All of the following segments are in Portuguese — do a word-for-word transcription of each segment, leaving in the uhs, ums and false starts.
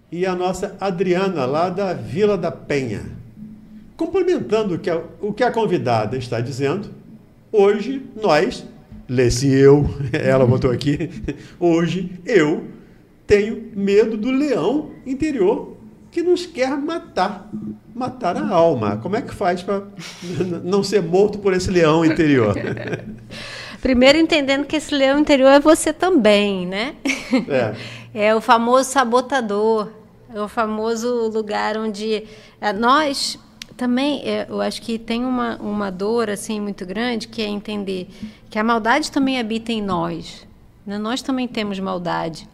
e a nossa Adriana, lá da Vila da Penha. Complementando o que a, o que a convidada está dizendo, hoje nós, lê-se eu, ela botou aqui, hoje eu tenho medo do leão interior que nos quer matar, matar a alma. Como é que faz para não ser morto por esse leão interior? Primeiro entendendo que esse leão interior é você também, né? É, é o famoso sabotador, é o famoso lugar onde é, nós também, é, eu acho que tem uma, uma dor assim muito grande, que é entender que a maldade também habita em nós, né? Nós também temos maldade.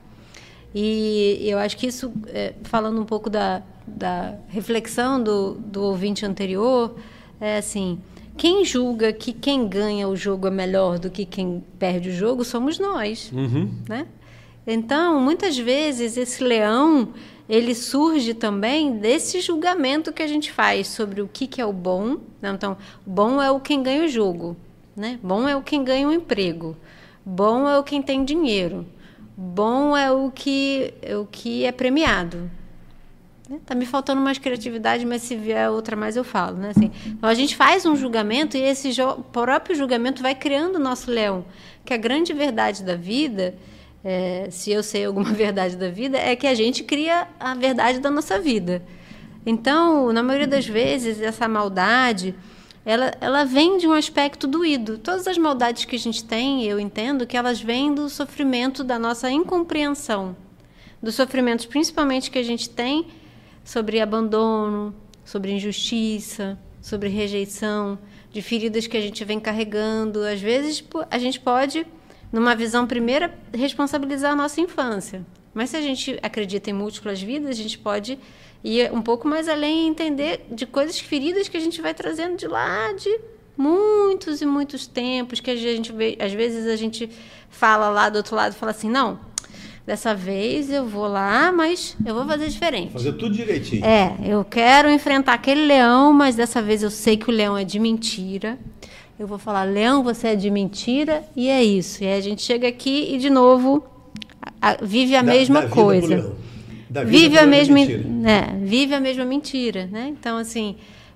E eu acho que isso, é, falando um pouco da, da reflexão do, do ouvinte anterior, é assim, quem julga que quem ganha o jogo é melhor do que quem perde o jogo somos nós, uhum. né? Então, muitas vezes, esse leão, ele surge também desse julgamento que a gente faz sobre o que, que é o bom. Então, bom é o quem ganha o jogo, né? Bom é o quem ganha o emprego, bom é o quem tem dinheiro, bom é o que, o que é premiado. Está me faltando mais criatividade, mas se vier outra mais eu falo. Né? Assim, então a gente faz um julgamento e esse próprio julgamento vai criando o nosso leão. Que a grande verdade da vida, é, se eu sei alguma verdade da vida, é que a gente cria a verdade da nossa vida. Então, na maioria das vezes, essa maldade, ela, ela vem de um aspecto doído. Todas as maldades que a gente tem, eu entendo que elas vêm do sofrimento da nossa incompreensão. Dos sofrimentos, principalmente, que a gente tem sobre abandono, sobre injustiça, sobre rejeição, de feridas que a gente vem carregando. Às vezes, a gente pode, numa visão primeira, responsabilizar a nossa infância. Mas se a gente acredita em múltiplas vidas, a gente pode ir um pouco mais além e entender de coisas, feridas que a gente vai trazendo de lá de muitos e muitos tempos, que a gente vê, às vezes a gente fala lá do outro lado, fala assim, não, dessa vez eu vou lá, mas eu vou fazer diferente. Fazer tudo direitinho. É, eu quero enfrentar aquele leão, mas dessa vez eu sei que o leão é de mentira. Eu vou falar, leão, você é de mentira, e é isso. E aí a gente chega aqui e, de novo, a, vive a da, mesma da coisa. Da vive a mesma mentira. Né, vive a mesma mentira. Né? Então, assim,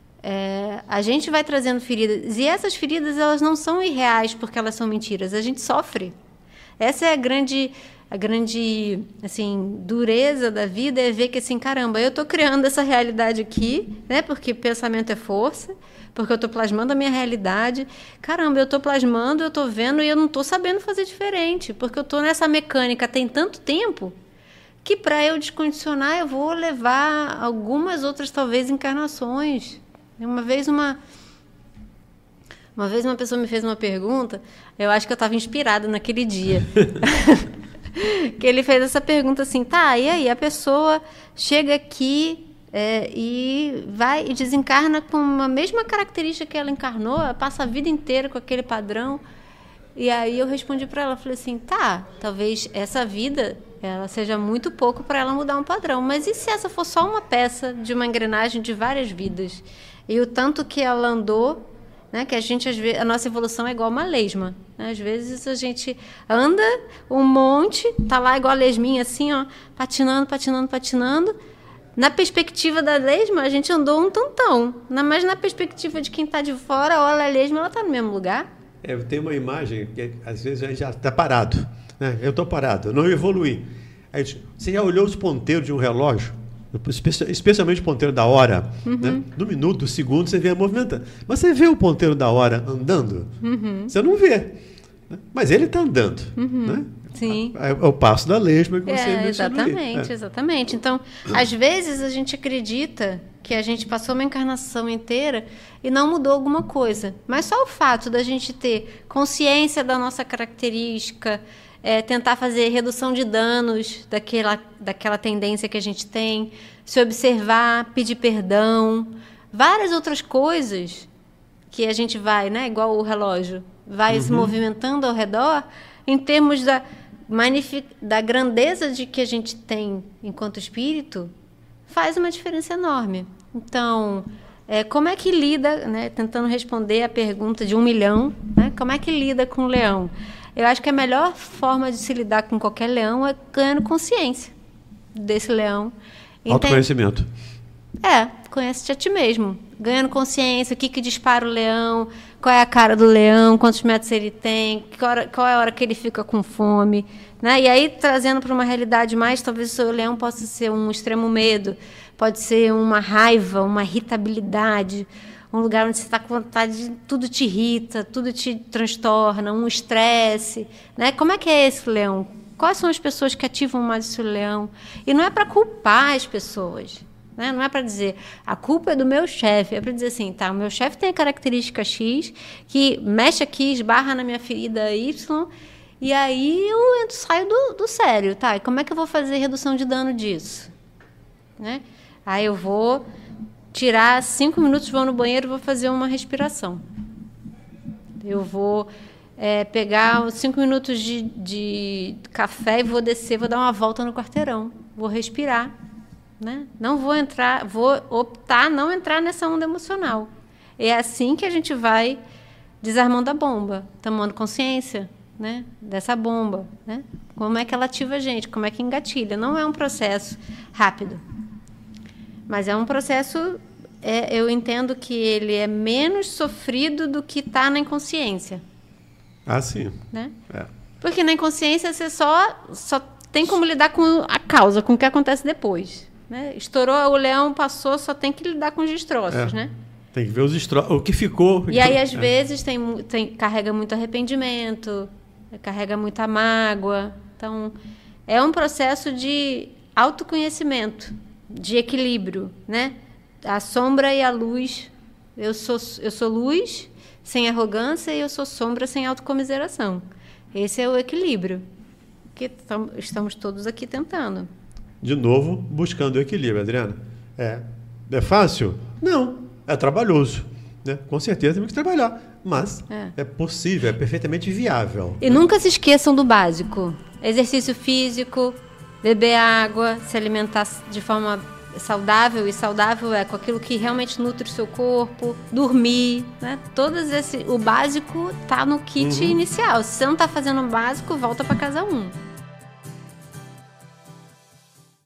é, a gente vai trazendo feridas. E essas feridas, elas não são irreais porque elas são mentiras. A gente sofre. Essa é a grande... A grande, assim, dureza da vida é ver que, assim, caramba, eu estou criando essa realidade aqui, né? Porque pensamento é força, porque eu estou plasmando a minha realidade. Caramba, eu estou plasmando, eu estou vendo e eu não estou sabendo fazer diferente, porque eu estou nessa mecânica tem tanto tempo que, para eu descondicionar, eu vou levar algumas outras, talvez, encarnações. Uma vez uma... Uma vez uma pessoa me fez uma pergunta, eu acho que eu estava inspirada naquele dia. Que ele fez essa pergunta assim, tá, e aí a pessoa chega aqui é, e vai e desencarna com a mesma característica que ela encarnou, ela passa a vida inteira com aquele padrão. E aí eu respondi para ela, falei assim, tá, talvez essa vida ela seja muito pouco para ela mudar um padrão, mas e se essa for só uma peça de uma engrenagem de várias vidas? E o tanto que ela andou, né, que a gente, às vezes, a nossa evolução é igual uma lesma. Né? Às vezes a gente anda um monte, tá lá igual a lesminha, assim, ó, patinando, patinando, patinando. Na perspectiva da lesma, a gente andou um tantão. Mas na perspectiva de quem está de fora, olha a lesma, ela está no mesmo lugar. É, eu tenho uma imagem que, às vezes, a gente já está parado. Né? Eu estou parado, eu não evoluí. Aí, você já olhou os ponteiros de um relógio? Especialmente o ponteiro da hora, uhum. né? No minuto, do segundo, você vê a movimentando. Mas você vê o ponteiro da hora andando? Uhum. Você não vê. Né? Mas ele está andando. Uhum. Né? Sim. É o passo da lesma que você é, mencionou. Exatamente, é. exatamente. Então, às vezes a gente acredita que a gente passou uma encarnação inteira e não mudou alguma coisa. Mas só o fato da gente ter consciência da nossa característica, É, tentar fazer redução de danos daquela, daquela tendência que a gente tem, se observar, pedir perdão, várias outras coisas que a gente vai, né, igual o relógio, vai uhum. se movimentando ao redor, em termos da, da grandeza de que a gente tem enquanto espírito, faz uma diferença enorme. Então, é, como é que lida, né, tentando responder a pergunta de um milhão, né, como é que lida com o leão? Eu acho que a melhor forma de se lidar com qualquer leão é ganhando consciência desse leão Autoconhecimento. É, conhece-te a ti mesmo. Ganhando consciência, o que, que dispara o leão, qual é a cara do leão, quantos metros ele tem, qual, hora, qual é a hora que ele fica com fome. Né? E aí, trazendo para uma realidade mais, talvez o seu leão possa ser um extremo medo, pode ser uma raiva, uma irritabilidade, um lugar onde você está com vontade de tudo te irrita, tudo te transtorna, um estresse. Né? Como é que é esse leão? Quais são as pessoas que ativam mais esse leão? E não é para culpar as pessoas. Né? Não é para dizer, a culpa é do meu chefe. É para dizer assim, tá, o meu chefe tem a característica X, que mexe aqui, esbarra na minha ferida Y, e aí eu entro, saio do, do sério. Tá, e como é que eu vou fazer redução de dano disso? Né? Aí eu vou tirar cinco minutos, vou no banheiro e vou fazer uma respiração. Eu vou é, pegar cinco minutos de, de café e vou descer, vou dar uma volta no quarteirão. Vou respirar. Né? Não vou entrar, vou optar não entrar nessa onda emocional. É assim que a gente vai desarmando a bomba, tomando consciência, né, dessa bomba. Né? Como é que ela ativa a gente, como é que engatilha. Não é um processo rápido, mas é um processo, é, eu entendo que ele é menos sofrido do que está na inconsciência. Ah, sim. Né? É. Porque na inconsciência você só, só tem como lidar com a causa, com o que acontece depois. Né? Estourou, o leão passou, só tem que lidar com os destroços, é, né? Tem que ver os destroços, o que ficou. E aí, às é. vezes, tem, tem, carrega muito arrependimento, carrega muita mágoa. Então, é um processo de autoconhecimento, de equilíbrio, né? A sombra e a luz. Eu sou, eu sou luz sem arrogância e eu sou sombra sem autocomiseração. Esse é o equilíbrio que tam, estamos todos aqui tentando. De novo, buscando o equilíbrio, Adriana. É, é fácil? Não. É trabalhoso. Né? Com certeza temos que trabalhar. Mas é, é possível, é perfeitamente viável. E né? Nunca se esqueçam do básico. Exercício físico, beber água, se alimentar de forma saudável. E saudável é com aquilo que realmente nutre o seu corpo. Dormir. Né? Todos esse, o básico está no kit uhum. inicial. Se você não está fazendo o básico, volta para casa um.